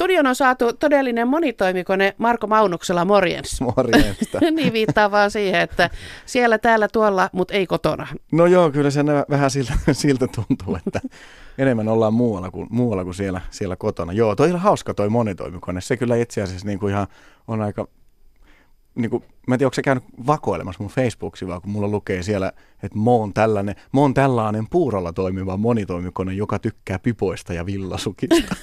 Studion on saatu todellinen monitoimikone Marko Maunuksella, morjens. Morjensta. Niin viittaa vaan siihen, että siellä, täällä, tuolla, mutta ei kotona. No joo, kyllä se vähän siltä tuntuu, että enemmän ollaan muualla kuin siellä kotona. Joo, toi on hauska toi monitoimikone. Se kyllä itse asiassa niin kuin ihan on aika, niin kuin, mä en tiedä, onko se käynyt vakoilemassa mun Facebook-sivua, kun mulla lukee siellä, että mä oon tällainen puurolla toimiva monitoimikone, joka tykkää pipoista ja villasukista.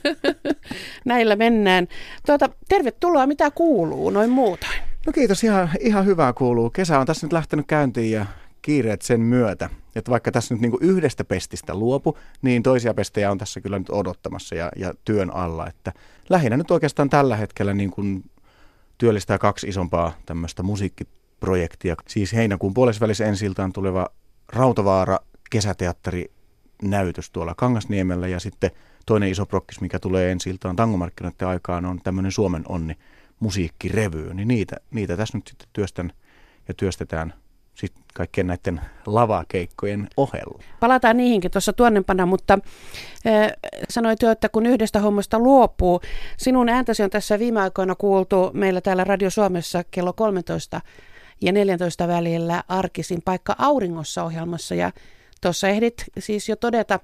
Näillä mennään. Tervetuloa, mitä kuuluu noin muutoin? No kiitos, ihan hyvää kuuluu. Kesä on tässä nyt lähtenyt käyntiin ja kiireet sen myötä. Että vaikka tässä nyt niin kuin yhdestä pestistä luopu, niin toisia pestejä on tässä kyllä nyt odottamassa ja työn alla. Että lähinnä nyt oikeastaan tällä hetkellä niin kuin työllistää 2 isompaa tämmöistä musiikkiprojektia. Siis heinäkuun puolesvälissä ensi-iltaan tuleva Rautavaara kesäteatterinäytös tuolla Kangasniemellä ja sitten toinen iso prokkis, mikä tulee ensi-iltaan tangomarkkinoiden aikaan, on tämmöinen Suomen onni musiikkirevy. Niin niitä tässä nyt sitten työstän ja työstetään sitten kaikkien näiden lavakeikkojen ohella. Palataan niihinkin tuossa tuonnempana, mutta sanoit jo, että kun yhdestä hommasta luopuu, sinun ääntäsi on tässä viime aikoina kuultu meillä täällä Radio Suomessa kello 13 ja 14 välillä arkisin Paikka auringossa -ohjelmassa. Ja tuossa ehdit siis jo todeta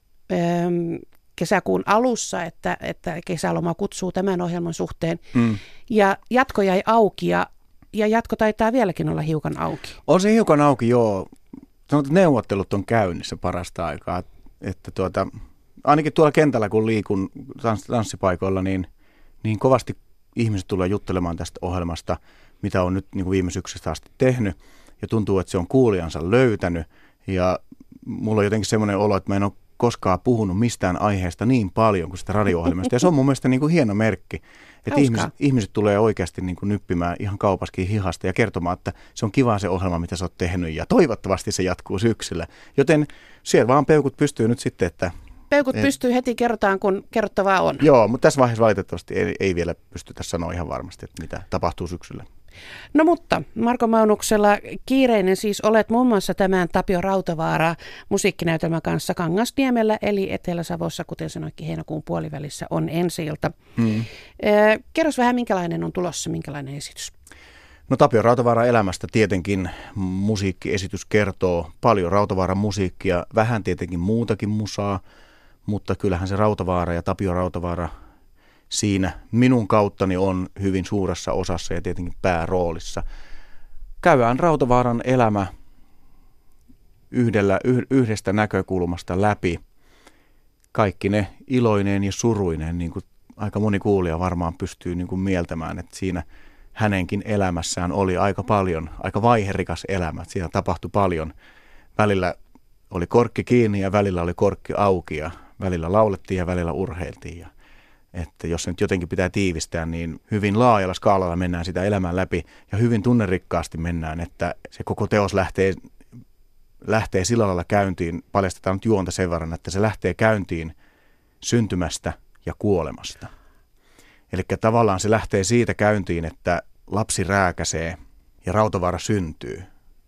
kesäkuun alussa, että kesäloma kutsuu tämän ohjelman suhteen. Ja jatko jäi auki ja jatko taitaa vieläkin olla hiukan auki. On se hiukan auki, joo. Sanotaan, että neuvottelut on käynnissä parasta aikaa. Että ainakin tuolla kentällä, kun liikun tanssipaikoilla, niin kovasti ihmiset tulee juttelemaan tästä ohjelmasta, mitä on nyt niin kuin viime syksystä asti tehnyt. Ja tuntuu, että se on kuulijansa löytänyt. Ja mulla on jotenkin semmoinen olo, että mä en ole koskaan puhunut mistään aiheesta niin paljon kuin sitä radio-ohjelmasta. Ja se on mun mielestä niin kuin hieno merkki, että ihmiset tulee oikeasti niin kuin nyppimään ihan kaupaskin hihasta ja kertomaan, että se on kiva se ohjelma, mitä sä oot tehnyt ja toivottavasti se jatkuu syksyllä. Joten siellä vaan peukut pystyy nyt sitten, että peukut pystyy heti kertaan, kun kerrottavaa on. Joo, mutta tässä vaiheessa valitettavasti ei vielä pystytä sanoa ihan varmasti, että mitä tapahtuu syksyllä. No mutta Marko Maunuksella kiireinen siis olet muun muassa tämän Tapio Rautavaara musiikkinäytelmän kanssa Kangasniemellä, eli Etelä-Savossa, kuten sanoikin, heinäkuun puolivälissä on ensi-ilta. Kerros vähän, minkälainen on tulossa, minkälainen esitys? No Tapio Rautavaaran elämästä tietenkin musiikkiesitys kertoo paljon Rautavaaran musiikkia, vähän tietenkin muutakin musaa, mutta kyllähän se Rautavaara ja Tapio Rautavaara siinä minun kauttani on hyvin suuressa osassa ja tietenkin pääroolissa. Käydään Rautavaaran elämä yhdestä näkökulmasta läpi. Kaikki ne iloineen ja suruineen, niin kuin aika moni kuulija varmaan pystyy niin kuin mieltämään, että siinä hänenkin elämässään oli aika vaiherikas elämä. Siinä tapahtui paljon. Välillä oli korkki kiinni ja välillä oli korkki auki ja välillä laulettiin ja välillä urheiltiin. Että jos se nyt jotenkin pitää tiivistää, niin hyvin laajalla skaalalla mennään sitä elämän läpi ja hyvin tunnerikkaasti mennään, että se koko teos lähtee sillä lailla käyntiin, paljastetaan nyt juonta sen verran, että se lähtee käyntiin syntymästä ja kuolemasta. Eli tavallaan se lähtee siitä käyntiin, että lapsi rääkäsee ja Rautavaara syntyy.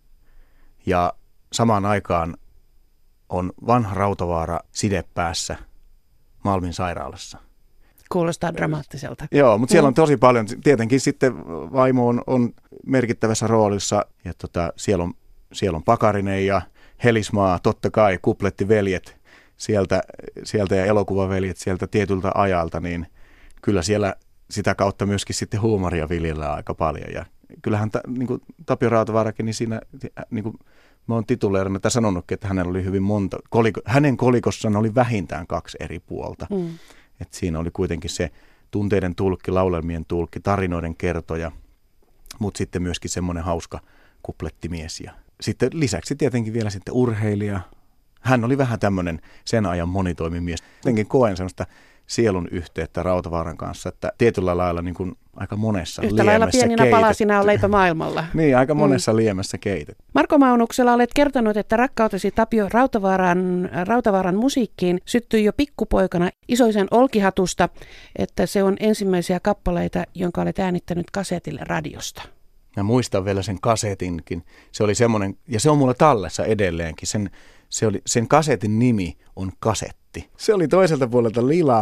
Ja samaan aikaan on vanha Rautavaara sidepäässä Malmin sairaalassa. Kuulostaa dramaattiselta. Joo, mutta siellä on tosi paljon. Tietenkin sitten vaimo on merkittävässä roolissa ja siellä on Pakarinen ja Helismaa, totta kai kuplettiveljet sieltä ja elokuvaveljet sieltä tietyltä ajalta, niin kyllä siellä sitä kautta myöskin sitten huumoria viljellään aika paljon. Ja kyllähän niin kuin Tapio Rautavaarakin, niin siinä niin kuin mä oon tituleerannut tai sanonutkin, että hänellä oli hyvin monta, hänen kolikossaan oli vähintään 2 eri puolta. Että siinä oli kuitenkin se tunteiden tulkki, laulelmien tulkki, tarinoiden kertoja, mutta sitten myöskin semmoinen hauska kuplettimies. Ja sitten lisäksi tietenkin vielä sitten urheilija. Hän oli vähän tämmöinen sen ajan monitoimimies. Jotenkin koen semmoista sielun yhteyttä Rautavaaran kanssa, että tietyllä lailla niin kuin aika monessa liemessä yhtä lailla pieninä palasina on leipä maailmalla. Niin, aika monessa liemessä keitetty. Marko Maunuksella olet kertonut, että rakkautesi Tapio Rautavaaran musiikkiin syttyi jo pikkupoikana isoisen olkihatusta, että se on ensimmäisiä kappaleita, jonka olet äänittänyt kasetille radiosta. Mä muistan vielä sen kasetinkin. Se oli semmoinen, ja se on mulla tallessa edelleenkin. Sen kasetin nimi on Kasetti. Se oli toiselta puolelta lila.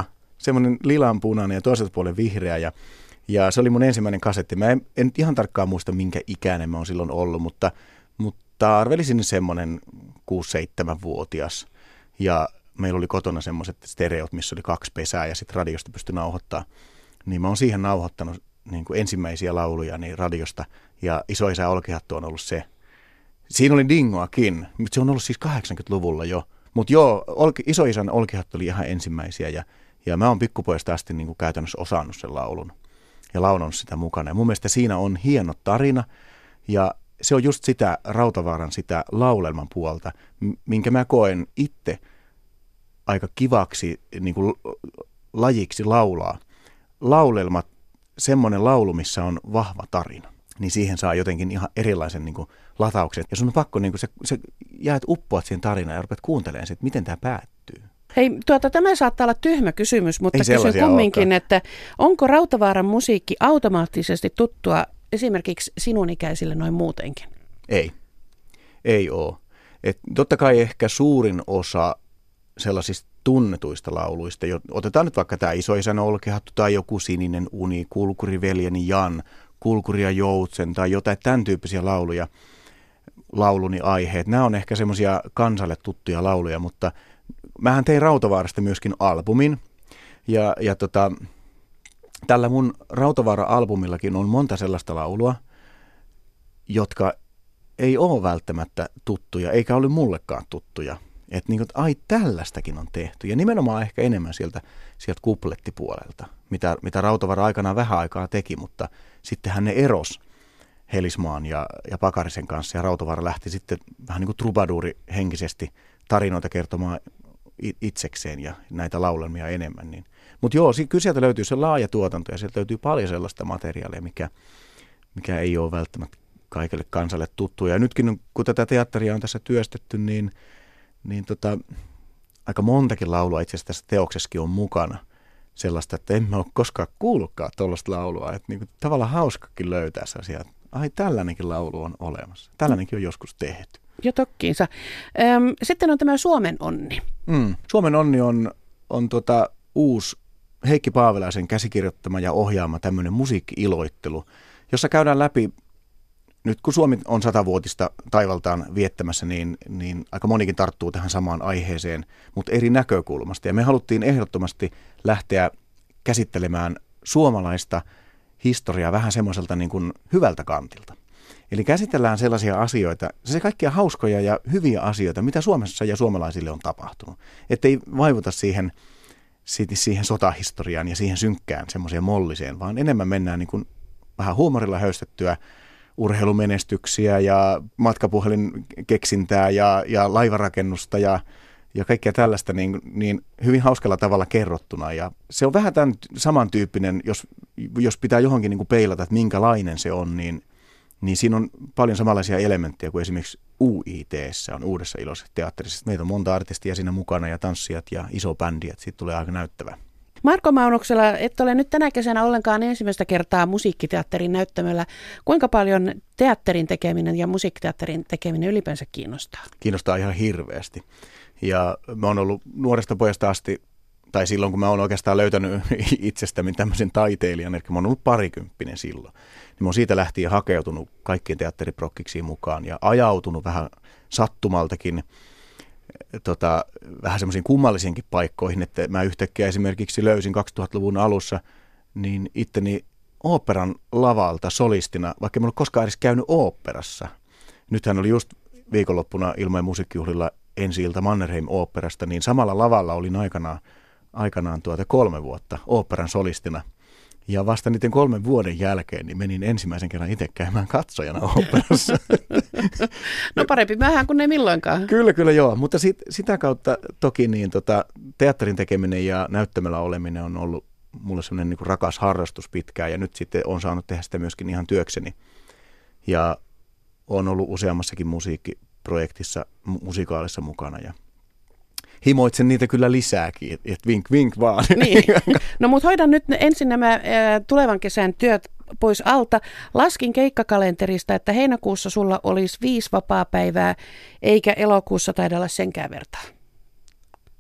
semmoinen lilanpunainen ja toiselta puolen vihreä ja se oli mun ensimmäinen kasetti. Mä en ihan tarkkaan muista, minkä ikäinen mä oon silloin ollut, mutta arvelisin semmoinen 6-7-vuotias. Ja meillä oli kotona semmoiset stereot, missä oli 2 pesää ja sitten radiosta pystyi nauhoittamaan. Niin mä oon siihen nauhoittanut niin kuin ensimmäisiä lauluja niin radiosta ja Isoisän olkihattu on ollut se. Siinä oli Dingoakin, mutta se on ollut siis 80-luvulla jo. Mutta joo, Isoisän olkihattu oli ihan ensimmäisiä ja mä oon pikkupojasta asti niin kuin käytännössä osannut sen laulun ja laulannut sitä mukana. Ja mun mielestä siinä on hieno tarina ja se on just sitä Rautavaaran sitä laulelman puolta, minkä mä koen itse aika kivaksi niin kuin lajiksi laulaa. Laulelmat, semmoinen laulu, missä on vahva tarina, niin siihen saa jotenkin ihan erilaisen niin kuin latauksen. Ja sun on pakko, niin kuin se jäät uppoat siihen tarinaan ja rupeat kuuntelemaan, että miten tämä päättyy. Hei, tämä saattaa olla tyhmä kysymys, mutta kysyn kumminkin, että onko Rautavaaran musiikki automaattisesti tuttua esimerkiksi sinun ikäisille noin muutenkin? Ei ole. Totta kai ehkä suurin osa sellaisista tunnetuista lauluista, otetaan nyt vaikka tämä Isoisän olkihattu tai joku Sininen uni, Kulkuriveljeni Jan, Kulkuri ja Joutsen tai jotain tämän tyyppisiä lauluja, lauluni aiheet. Nämä on ehkä semmoisia kansalle tuttuja lauluja, mutta mähän tein Rautavaarasta myöskin albumin ja tällä mun Rautavaara-albumillakin on monta sellaista laulua, jotka ei ole välttämättä tuttuja, eikä ole mullekaan tuttuja. Että niin kuin, ai tällaistakin on tehty. Ja nimenomaan ehkä enemmän sieltä kuplettipuolelta, mitä Rautavaara aikanaan vähän aikaa teki, mutta sittenhän ne eros Helismaan ja Pakarisen kanssa. Ja Rautavaara lähti sitten vähän niin kuin trubaduuri henkisesti tarinoita kertomaan itsekseen ja näitä laulelmia enemmän. Niin. Mutta joo, kyllä sieltä löytyy se laaja tuotanto ja sieltä löytyy paljon sellaista materiaalia, mikä ei ole välttämättä kaikille kansalle tuttua. Ja nytkin kun tätä teatteria on tässä työstetty, niin aika montakin laulua itse asiassa tässä teoksessakin on mukana sellaista, että emme ole koskaan kuullutkaan tuollaista laulua. Että niin kuin, tavallaan hauskakin löytää sellaisia, että ai tällainenkin laulu on olemassa. Tällainenkin on joskus tehty. Jo tokkiinsa. Sitten on tämä Suomen onni. Suomen onni on uusi Heikki Paavilaisen käsikirjoittama ja ohjaama tämmöinen musiikki-iloittelu, jossa käydään läpi. Nyt kun Suomi on 100-vuotista taivaltaan viettämässä, niin aika monikin tarttuu tähän samaan aiheeseen, mutta eri näkökulmasta. Ja me haluttiin ehdottomasti lähteä käsittelemään suomalaista historiaa vähän semmoiselta niin kuin hyvältä kantilta. Eli käsitellään sellaisia asioita, se kaikkia hauskoja ja hyviä asioita, mitä Suomessa ja suomalaisille on tapahtunut. Että ei vaivuta siihen sotahistoriaan ja siihen synkkään semmoiseen molliseen, vaan enemmän mennään niin kuin vähän huumorilla höystettyä urheilumenestyksiä ja matkapuhelin keksintää ja laivarakennusta ja kaikkea tällaista niin hyvin hauskalla tavalla kerrottuna. Ja se on vähän tämän samantyyppinen, jos pitää johonkin niin kuin peilata, että minkälainen se on, niin siinä on paljon samanlaisia elementtejä kuin esimerkiksi UIT:ssä on Uudessa iloisessa teatterissa. Meitä on monta artistia siinä mukana ja tanssijat ja iso bändi, että siitä tulee aika näyttävä. Marko Maunuksella, et ole nyt tänä kesänä ollenkaan ensimmäistä kertaa musiikkiteatterin näyttämöllä. Kuinka paljon teatterin tekeminen ja musiikkiteatterin tekeminen ylipäänsä kiinnostaa? Kiinnostaa ihan hirveästi. Ja mä oon ollut nuoresta pojasta asti, tai silloin kun mä oon oikeastaan löytänyt itsestäni tämmöisen taiteilijan, eli mä oon ollut parikymppinen silloin, niin mä oon siitä lähtien hakeutunut kaikkien teatteriprokkiksiin mukaan ja ajautunut vähän sattumaltakin vähän semmoisiin kummallisiinkin paikkoihin, että mä yhtäkkiä esimerkiksi löysin 2000-luvun alussa niin itteni oopperan lavalta solistina, vaikka en ole koskaan edes käynyt oopperassa. Nythän oli just viikonloppuna Ilma- ja musiikkijuhlilla ensi-ilta Mannerheim-oopperasta, niin samalla lavalla olin aikanaan 3 vuotta oopperan solistina. Ja vasta niiden 3 vuoden jälkeen niin menin ensimmäisen kerran itse käymään katsojana oopperassa. No parempi vähän kuin ei milloinkaan. Kyllä joo, mutta sitä kautta toki niin teatterin tekeminen ja näyttämällä oleminen on ollut mulle sellainen niin kuin rakas harrastus pitkään ja nyt sitten olen saanut tehdä sitä myöskin ihan työkseni. Ja olen ollut useammassakin musiikkiprojektissa, musikaalissa mukana ja himoitsen niitä kyllä lisääkin, että vink vink vaan. Niin. No mutta hoidan nyt ensin nämä tulevan kesän työt pois alta. Laskin keikkakalenterista, että heinäkuussa sulla olisi 5 vapaapäivää, eikä elokuussa taida olla senkään vertaa.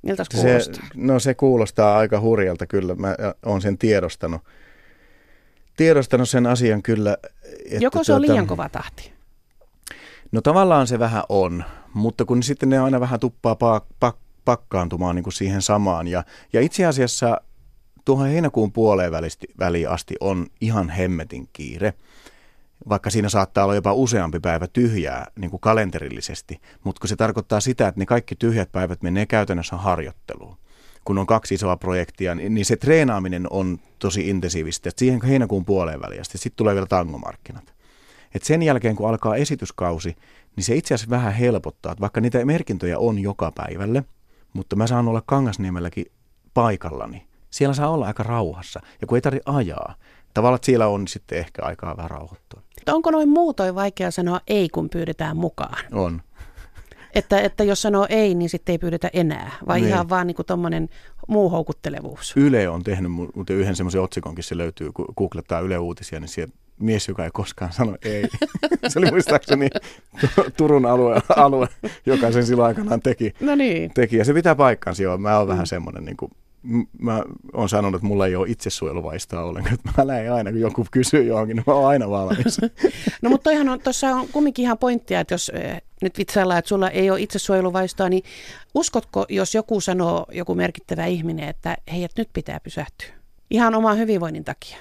Miltä se kuulostaa? Se kuulostaa aika hurjalta kyllä. Mä oon sen tiedostanut sen asian kyllä. Että joko se on liian kova tahti? No tavallaan se vähän on, mutta kun sitten ne aina vähän tuppaa pakkaantumaan niin kuin siihen samaan. Ja itse asiassa tuohon heinäkuun puoleen väliin asti on ihan hemmetin kiire, vaikka siinä saattaa olla jopa useampi päivä tyhjää niin kuin kalenterillisesti, mutta kun se tarkoittaa sitä, että ne kaikki tyhjät päivät menee käytännössä harjoitteluun. Kun on 2 isoa projektia, niin se treenaaminen on tosi intensiivistä. Et siihen heinäkuun puoleen väliin asti, sitten tulee vielä tangomarkkinat. Et sen jälkeen, kun alkaa esityskausi, niin se itse asiassa vähän helpottaa, että vaikka niitä merkintöjä on joka päivälle, mutta mä saan olla Kangasniemelläkin paikallani. Siellä saa olla aika rauhassa, ja kun ei tarvitse ajaa. Tavallaan siellä on sitten ehkä aikaa vähän rauhoittua. Onko noin muutoin vaikea sanoa ei, kun pyydetään mukaan? On. Että jos sanoo ei, niin sitten ei pyydetä enää, vai niin. Ihan vaan niin kuin tommoinen muu houkuttelevuus? Yle on tehnyt muuten yhden semmoisen otsikonkin, se löytyy, kun googlettaa Yle Uutisia, niin siellä mies, joka ei koskaan sano ei. Se oli muistaakseni Turun alue, joka sen silloin aikanaan teki. No niin. Ja se pitää paikkaansa, joo. Mä oon vähän semmoinen, niin kuin, mä oon sanonut, että mulla ei ole itsesuojeluvaistaa ollenkaan. Mä lähdin aina, kun joku kysyy johonkin, niin mä oon aina valmis. No mutta tuossa on kumminkin ihan pointtia, että jos nyt vitsaillaan, että sulla ei ole itsesuojeluvaistoa, niin uskotko, jos joku merkittävä ihminen, että hei, että nyt pitää pysähtyä? Ihan oman hyvinvoinnin takia.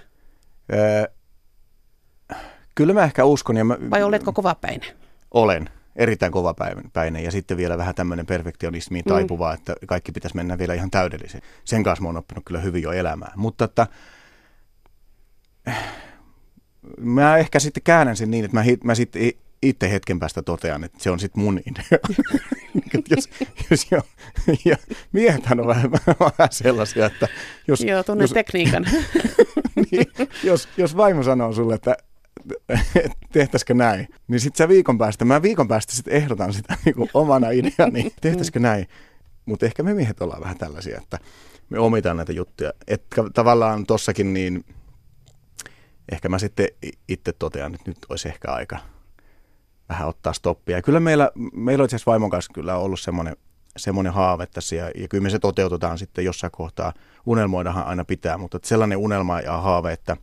Kyllä mä ehkä uskon. Vai oletko kovapäinen? Olen. Erittäin kovapäinen ja sitten vielä vähän tämmöinen perfektionismiin taipuva, että kaikki pitäisi mennä vielä ihan täydellisen. Sen kanssa mä oon oppinut kyllä hyvin jo elämään. Mutta että mä ehkä sitten käännän sen niin, että mä sitten itse hetken päästä totean, että se on sitten mun idea. Ja miehethän on vähän sellaisia, että joo, tunnet tekniikan. Niin, jos vaimo sanoo sulle, että tehtäisikö näin, niin sitten mä viikon päästä sitten ehdotan sitä niin kuin omana ideani, tehtäisikö näin. Mutta ehkä me miehet ollaan vähän tällaisia, että me omitaan näitä juttuja. Että tavallaan tossakin niin ehkä mä sitten itse totean, että nyt olisi ehkä aika vähän ottaa stoppia. Ja kyllä meillä on itse asiassa vaimon kanssa kyllä ollut semmoinen haave tässä ja kyllä me se toteutetaan sitten jossain kohtaa. Unelmoidahan aina pitää, mutta sellainen unelma ja haave, että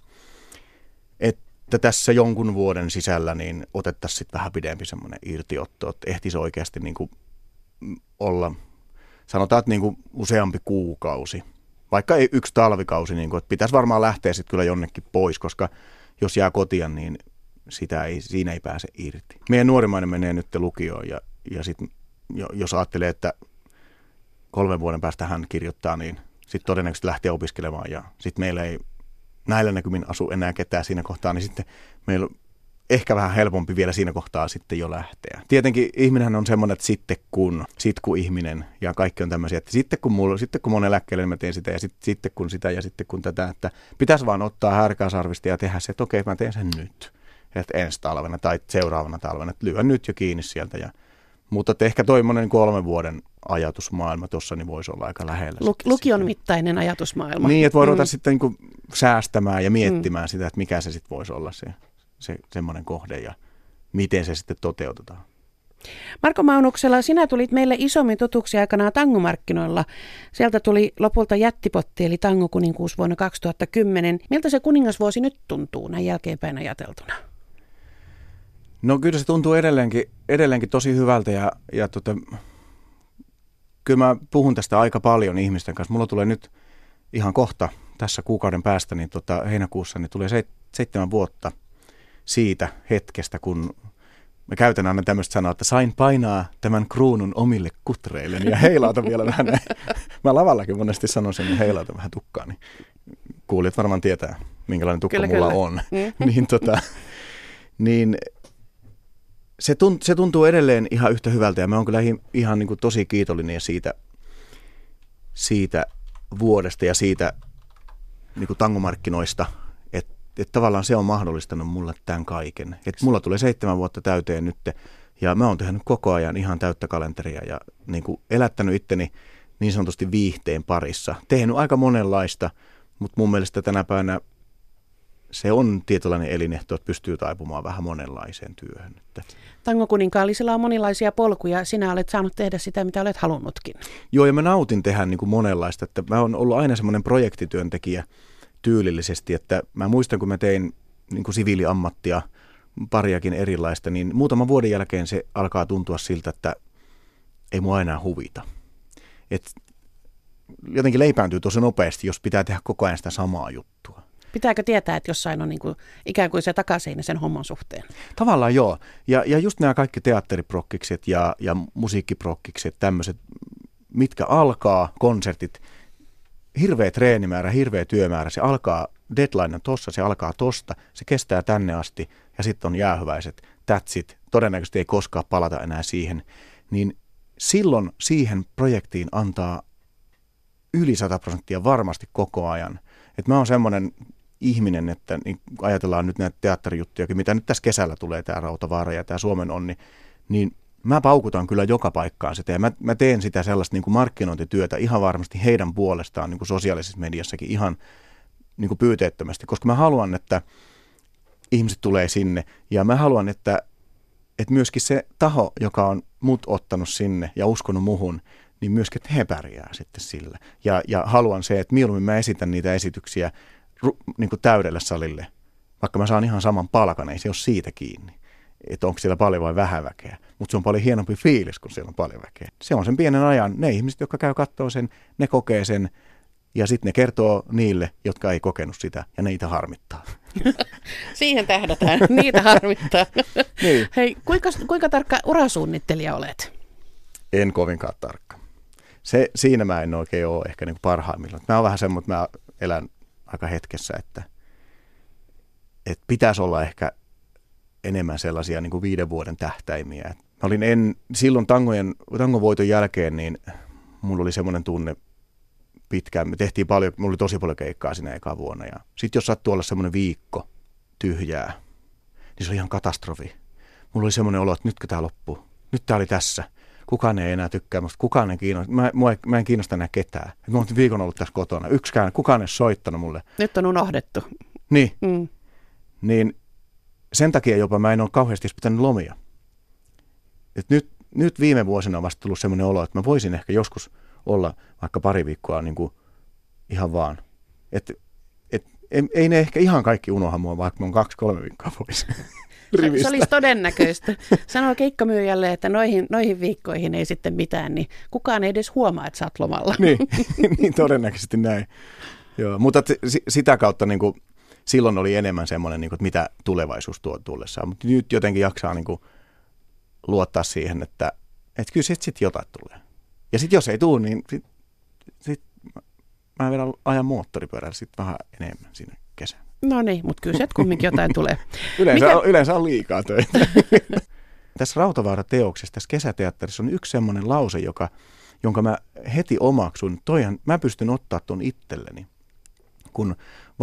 tässä jonkun vuoden sisällä niin otettaisiin sitten vähän pidempi semmoinen irtiotto, että ehtisi oikeasti niin kuin olla, sanotaan, että niin kuin useampi kuukausi, vaikka ei yksi talvikausi, niin kuin, että pitäisi varmaan lähteä sitten kyllä jonnekin pois, koska jos jää kotia, niin siinä ei pääse irti. Meidän nuorimmainen menee nyt lukioon ja sitten jos ajattelee, että 3 vuoden päästä hän kirjoittaa, niin sitten todennäköisesti lähtee opiskelemaan ja sitten meillä ei näillä näkymin asu enää ketään siinä kohtaa, niin sitten meillä on ehkä vähän helpompi vielä siinä kohtaa sitten jo lähteä. Tietenkin ihminenhän on semmoinen, että sitten kun ihminen ja kaikki on tämmöisiä, että sitten kun mä oon eläkkeelle, niin mä teen sitä ja sitten kun sitä ja sitten kun tätä, että pitäisi vaan ottaa härkää sarvista ja tehdä se, että okei, mä teen sen nyt. Että ensi talvena tai seuraavana talvena, että lyön nyt jo kiinni sieltä. Mutta ehkä toimoinen 3 vuoden ajatusmaailma tuossa niin voisi olla aika lähellä. Lukion mittainen ajatusmaailma. Niin, että voi ruveta sitten niin kuin säästämään ja miettimään sitä, että mikä se sitten voisi olla se semmoinen kohde ja miten se sitten toteutetaan. Marko Maunuksella, sinä tulit meille isommin tutuksi aikanaan tangomarkkinoilla. Sieltä tuli lopulta jättipotti eli tangokuninkuus vuonna 2010. Miltä se kuningasvuosi nyt tuntuu näin jälkeenpäin ajateltuna? No kyllä se tuntuu edelleenkin tosi hyvältä ja kyllä mä puhun tästä aika paljon ihmisten kanssa. Mulla tulee nyt ihan kohta tässä kuukauden päästä, niin heinäkuussa niin tulee 7 vuotta siitä hetkestä, kun mä käytän aina tämmöistä sanaa, että sain painaa tämän kruunun omille kutreilleni ja heilauta vielä vähän näin. Mä lavallakin monesti sanon sen, että heilauta vähän tukkaa, niin kuulijat varmaan tietää, minkälainen tukka mulla on. Niin se tuntuu edelleen ihan yhtä hyvältä ja mä oon kyllä ihan niin kuin tosi kiitollinen siitä vuodesta ja siitä niin kuin tangomarkkinoista, että tavallaan se on mahdollistanut mulle tämän kaiken. Että mulla tulee 7 vuotta täyteen nyt ja mä oon tehnyt koko ajan ihan täyttä kalenteria ja niin kuin elättänyt itteni niin sanotusti viihteen parissa. Tehnyt aika monenlaista, mutta mun mielestä tänä päivänä se on tietynlainen elinehto, että pystyy taipumaan vähän monenlaiseen työhön. Tangokuninkaalisilla on monilaisia polkuja. Sinä olet saanut tehdä sitä, mitä olet halunnutkin. Joo, ja mä nautin tehdä niin kuin monenlaista. Että mä oon ollut aina semmoinen projektityöntekijä tyylillisesti, että mä muistan, kun mä tein niin kuin siviiliammattia, pariakin erilaista, niin muutaman vuoden jälkeen se alkaa tuntua siltä, että ei mua enää huvita. Et jotenkin leipääntyy tosi nopeasti, jos pitää tehdä koko ajan sitä samaa juttua. Pitääkö tietää, että jossain on niin kuin ikään kuin se takaseinä sen homman suhteen? Tavallaan joo. Ja just nämä kaikki teatteriprokkikset ja musiikkiprokkikset, tämmöiset, mitkä alkaa, konsertit, hirveä treenimäärä, hirveä työmäärä, se alkaa, deadline on tossa, se alkaa tosta, se kestää tänne asti ja sitten on jäähyväiset, that's it, todennäköisesti ei koskaan palata enää siihen, niin silloin siihen projektiin antaa yli 100% varmasti koko ajan. Et mä oon semmoinen ihminen, että niin ajatellaan nyt näitä teatterijuttujakin, mitä nyt tässä kesällä tulee, tämä Rautavaara ja tämä Suomen onni, niin mä paukutan kyllä joka paikkaan sitä ja mä teen sitä sellaista niin kuin markkinointityötä ihan varmasti heidän puolestaan niin kuin sosiaalisessa mediassakin ihan niin kuin pyyteettömästi, koska mä haluan, että ihmiset tulee sinne ja mä haluan, että myöskin se taho, joka on mut ottanut sinne ja uskonut muhun, niin myöskin, että he pärjää sitten sillä. Ja haluan se, että mieluummin mä esitän niitä esityksiä niin kuin täydelle salille, vaikka mä saan ihan saman palkan, ei se ole siitä kiinni, että onko siellä paljon vai vähän väkeä. Mutta se on paljon hienompi fiilis, kun siellä on paljon väkeä. Se on sen pienen ajan. Ne ihmiset, jotka käy kattoo sen, ne kokee sen ja sitten ne kertoo niille, jotka ei kokenut sitä ja niitä harmittaa. Siihen tähdätään, niitä harmittaa. Niin. Hei, kuinka tarkka urasuunnittelija olet? En kovinkaan tarkka. Siinä mä en oikein ole ehkä niin kuin parhaimmillaan. Mä oon vähän semmoinen, että mä elän aika hetkessä, että pitäisi olla ehkä enemmän sellaisia niin kuin 5 vuoden tähtäimiä. Mä olin silloin tangon voiton jälkeen, niin mulla oli semmoinen tunne pitkään. Me tehtiin paljon, mulla oli tosi paljon keikkaa siinä eka vuonna. Ja sitten jos sattui olla semmoinen viikko tyhjää, niin se oli ihan katastrofi. Mulla oli semmoinen olo, että nytkö tää loppuu? Nyt tää oli tässä. Kukaan ei enää tykkää musta, kukaan ei kiinnosta. Mä en kiinnosta enää ketään. Mä oon viikon ollut tässä kotona. Kukaan ei soittanut mulle. Nyt on unohdettu. Niin. Niin sen takia jopa mä en ole kauheasti pitänyt lomia. Et nyt viime vuosina on vasta tullut semmoinen olo, että mä voisin ehkä joskus olla vaikka pari viikkoa niin kuin ihan vaan. Ei ne ehkä ihan kaikki unoha mua, vaikka mä oon 2-3 viikkoa pois. Se olisi todennäköistä. Sanoo keikkamyyjälle, että noihin viikkoihin ei sitten mitään, niin kukaan ei edes huomaa, että sä oot lomalla. Niin todennäköisesti näin. Joo, mutta sitä kautta niin kuin, silloin oli enemmän semmoinen, niin kuin, että mitä tulevaisuus tuo tullessaan. Mutta nyt jotenkin jaksaa niin kuin, luottaa siihen, että kyllä sitten jotain tulee. Ja sitten jos ei tule, niin sit mä vielä ajan moottoripyörällä sitten vähän enemmän siinä kesänä. No niin, mutta kyllä sieltä kumminkin jotain tulee. Yleensä on liikaa töitä. Tässä Rautavaara-teoksessa, tässä kesäteatterissa on yksi semmoinen lause, jonka mä heti omaksun. Mä pystyn ottaa tuon itselleni. Kun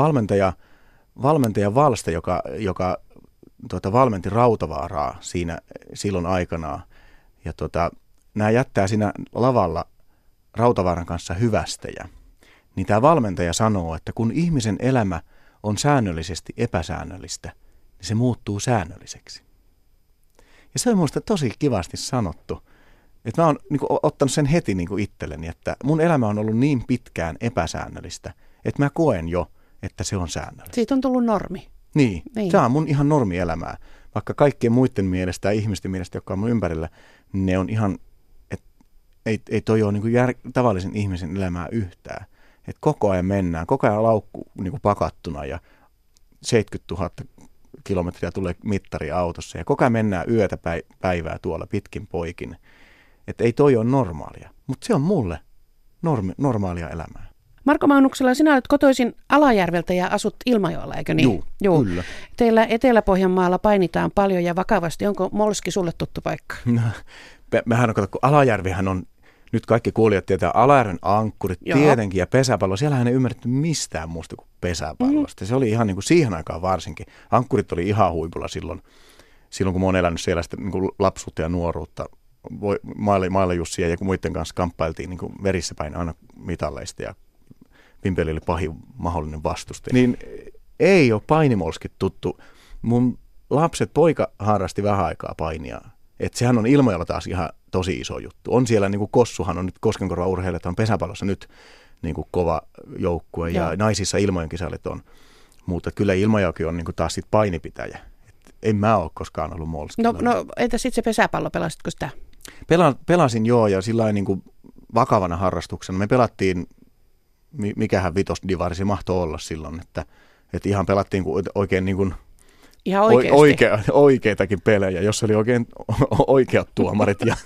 valmentaja Valste, joka valmenti Rautavaaraa silloin aikanaan, ja nämä jättää siinä lavalla Rautavaaran kanssa hyvästejä, niin tämä valmentaja sanoo, että kun ihmisen elämä on säännöllisesti epäsäännöllistä, niin se muuttuu säännölliseksi. Ja se on minusta tosi kivasti sanottu. Että mä oon niin kuin, ottanut sen heti niin kuin itselleni, että mun elämä on ollut niin pitkään epäsäännöllistä, että mä koen jo, että se on säännöllistä. Siitä on tullut normi. Niin. Se on mun ihan normielämää. Vaikka kaikkien muiden mielestä ja ihmisten mielestä, jotka on mun ympärillä, ne on ihan, että ei toi ole niin kuin tavallisen ihmisen elämää yhtään. Että koko ajan mennään, koko ajan laukku niin kuin pakattuna ja 70 000 kilometriä tulee mittari autossa ja koko ajan mennään yötä päivää tuolla pitkin poikin. Että ei toi ole normaalia, mutta se on mulle normaalia elämää. Marko Maunuksella, sinä olet kotoisin Alajärveltä ja asut Ilmajoella, eikö niin? Joo, kyllä. Teillä Etelä-Pohjanmaalla painitaan paljon ja vakavasti. Onko Molski sulle tuttu paikka? No, mehän on, kun Alajärvihän on, nyt kaikki kuulijat tietää, Alajärven ankkurit tietenkin ja pesäpallo. Siellähän ei ymmärretty mistään muusta kuin pesäpallosta. Se oli ihan niin kuin siihen aikaan varsinkin. Ankkurit oli ihan huipulla silloin kun mä oon elänyt siellä sitten niin kuin lapsuutta ja nuoruutta. Mailla Jussia ja muiden kanssa kamppailtiin niin kuin verissä päin aina mitalleista ja Vimpeli oli pahin mahdollinen vastustaja. Niin Ei ole painimolskit tuttu. Mun poika harrasti vähän aikaa painia. Että sehän on Ilmajalla taas ihan tosi iso juttu. On siellä niin kuin Kossuhan on nyt Koskenkorvan urheilijat on pesäpallossa nyt niin kuin kova joukkue ja naisissa Ilmojen kisailijat on. Mutta kyllä Ilmajoki on niin kuin taas sit painipitäjä. En mä ole koskaan ollut molskilla. No entä sitten se pesäpallo, pelasitko sitä? Pelasin joo ja sillä niin kuin vakavana harrastuksena. Me pelattiin, mikähän vitosdivari mahtoi olla silloin, että ihan pelattiin oikein niin kuin ihan oikeitakin pelejä, jos oli oikein oikeat tuomarit ja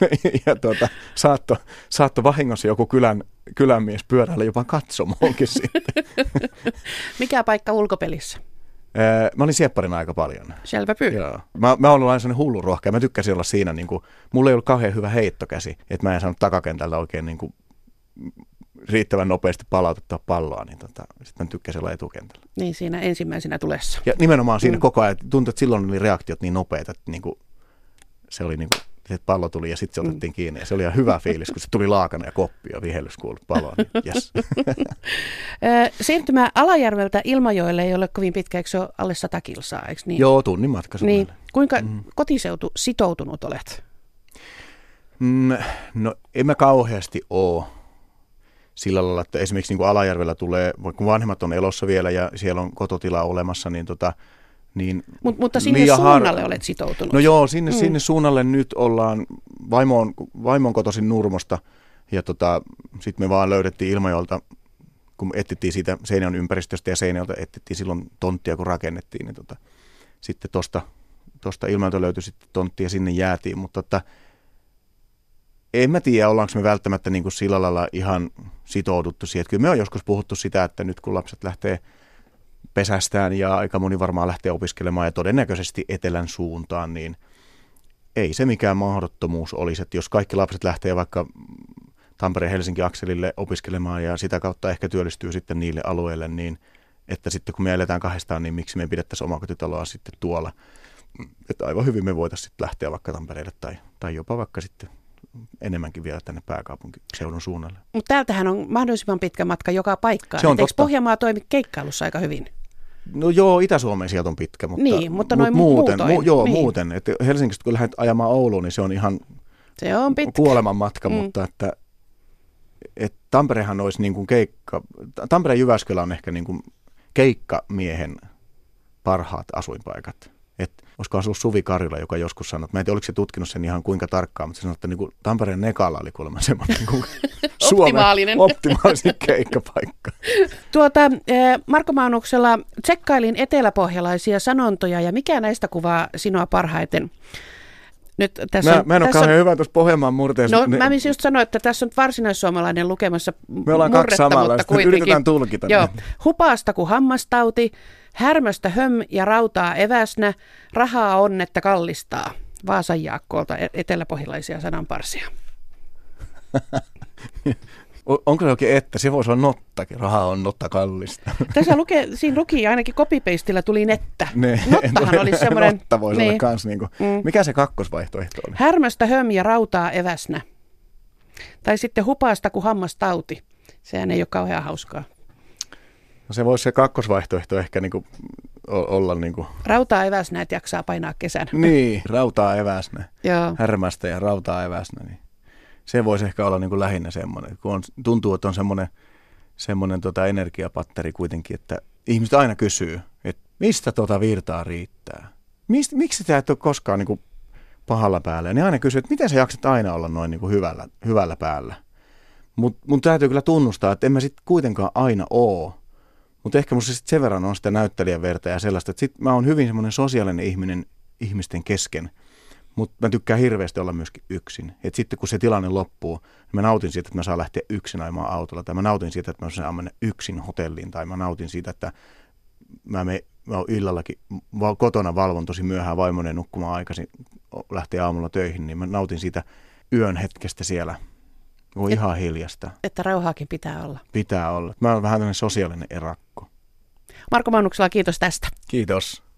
saatto vahingossa joku kylänmies pyöräillä jopa katsomoonkin sitten. Mikä paikka ulkopelissä? Mä olin siepparina aika paljon. Selvä pyy. Mä oon ollut aina sellainen hullu rohkea. Mä tykkäsin olla siinä, niin kuin, mulla ei ollut kauhean hyvä heittokäsi, että mä en saanut takakentältä oikein niin kuin, riittävän nopeasti palautettua palloa, niin sitten mä tykkäsin olla etukentällä. Niin siinä ensimmäisenä tulessa. Ja nimenomaan siinä koko ajan, tuntui, että silloin oli reaktiot niin nopeita, että niin kuin, se oli niin kuin, että pallo tuli ja sitten se otettiin kiinni. Ja se oli ihan hyvä fiilis, kun se tuli laakana ja koppi ja vihellys kuului paloon. Niin yes. Siirtymä Alajärveltä Ilmajoelle ei ole kovin pitkä, eikö se ole alle 100 kilsaa, eikö niin? Joo, tunnin matka niin. Kuinka kotiseutu sitoutunut olet? No en mä kauheasti ole. Sillä lailla, että esimerkiksi niin kuin Alajärvellä tulee, kun vanhemmat on elossa vielä ja siellä on kototila olemassa, niin mutta sinne suunnalle olet sitoutunut. No joo, sinne suunnalle nyt ollaan, vaimo on kotoisin Nurmosta ja sitten me vaan löydettiin Ilmajolta, kun etsittiin siitä Seinäjoen ympäristöstä ja Seinäjoelta etsittiin silloin tonttia, kun rakennettiin, niin sitten tuosta Ilmajolta löytyi sitten tontti ja sinne jäätiin, mutta en mä tiedä, ollaanko me välttämättä niin kuin sillä lailla ihan sitouduttu siihen. Kyllä me on joskus puhuttu sitä, että nyt kun lapset lähtee pesästään ja aika moni varmaan lähtee opiskelemaan ja todennäköisesti etelän suuntaan, niin ei se mikään mahdottomuus olisi, että jos kaikki lapset lähtee vaikka Tampere-Helsinki-akselille opiskelemaan ja sitä kautta ehkä työllistyy sitten niille alueille, niin että sitten kun me eletään kahdestaan, niin miksi me pidettäisiin omakotitaloa sitten tuolla. Että aivan hyvin me voitaisiin sitten lähteä vaikka Tampereelle tai jopa vaikka sitten enemmänkin vielä tänne pääkaupunkiseudun suunnalle. Mutta täältähän on mahdollisimman pitkä matka joka paikkaan. Se on totta. Pohjanmaa toimi keikkailussa aika hyvin? No joo, Itä-Suomeen sieltä on pitkä, mutta noin muuten. Niin. Muuten. Että Helsingistä kun lähdet ajamaan Ouluun, niin se on ihan kuoleman matka, mutta että Tamperehan olisi niin kuin Tampere ja Jyväskylä on ehkä niin kuin keikkamiehen parhaat asuinpaikat. Että olisiko asunut Suvi Karila, joka joskus sanoi, että mä en tiedä, oliko se tutkinut sen ihan kuinka tarkkaan, mutta se sanoi, että niin kuin Tampereen Nekalla oli kuulemma semmoinen niin optimaalisin keikkapaikka. Marko Maunuksella tsekkailin eteläpohjalaisia sanontoja ja mikä näistä kuvaa sinua parhaiten? Nyt mä en ole kauhean hyvä tuossa Pohjanmaan murteessa. No mä just sanoin, että tässä on varsinaissuomalainen lukemassa me ollaan kaksi samanlaista, yritetään tulkita. Joo. Hupaasta kuin hammastauti, härmöstä höm ja rautaa eväsnä, rahaa on, että kallistaa. Vaasan Jaakkolta eteläpohjalaisia sananparsia. Onko se oikein, että se voisi olla nottakin, rahaa on notta kallista. Siinä luki ainakin copy-pastilla tuli nettä. Nottahan oli semmoinen. Notta voisi olla kans niinku. Mikä se kakkosvaihtoehto oli? Härmöstä höm ja rautaa eväsnä. Tai sitten hupaasta kuin hammastauti. Sehän ei ole kauhean hauskaa. No se voisi se kakkosvaihtoehto ehkä niinku olla niinku. Rautaa eväsnä, että jaksaa painaa kesänä. Niin, rautaa eväsnä. Joo. Härmästä ja rautaa eväsnä, niin. Se voisi ehkä olla niin kuin lähinnä semmoinen, kun tuntuu, että on semmoinen energiapatteri kuitenkin, että ihmiset aina kysyy, että mistä virtaa riittää? Miksi tämä et ole koskaan niin kuin pahalla päällä? Ja ne aina kysyy, että miten sä jaksat aina olla noin niin kuin hyvällä päällä? Mun täytyy kyllä tunnustaa, että en mä sitten kuitenkaan aina ole. Mutta ehkä musta sitten sen verran on sitä näyttelijän verta ja sellaista, että sit mä oon hyvin semmoinen sosiaalinen ihminen ihmisten kesken. Mutta mä tykkään hirveästi olla myöskin yksin. Et sitten kun se tilanne loppuu, niin mä nautin siitä, että mä saan lähteä yksin ajamaan autolla. Tai mä nautin siitä, että mä saan mennä yksin hotelliin. Tai mä nautin siitä, että mä oon illallakin kotona valvon tosi myöhään vaimonen nukkumaan aikaisin, lähtee aamulla töihin. Niin mä nautin siitä yön hetkestä siellä. On ihan hiljasta. Että rauhaakin pitää olla. Pitää olla. Mä oon vähän tämmöinen sosiaalinen erakko. Marko Maunuksella, kiitos tästä. Kiitos.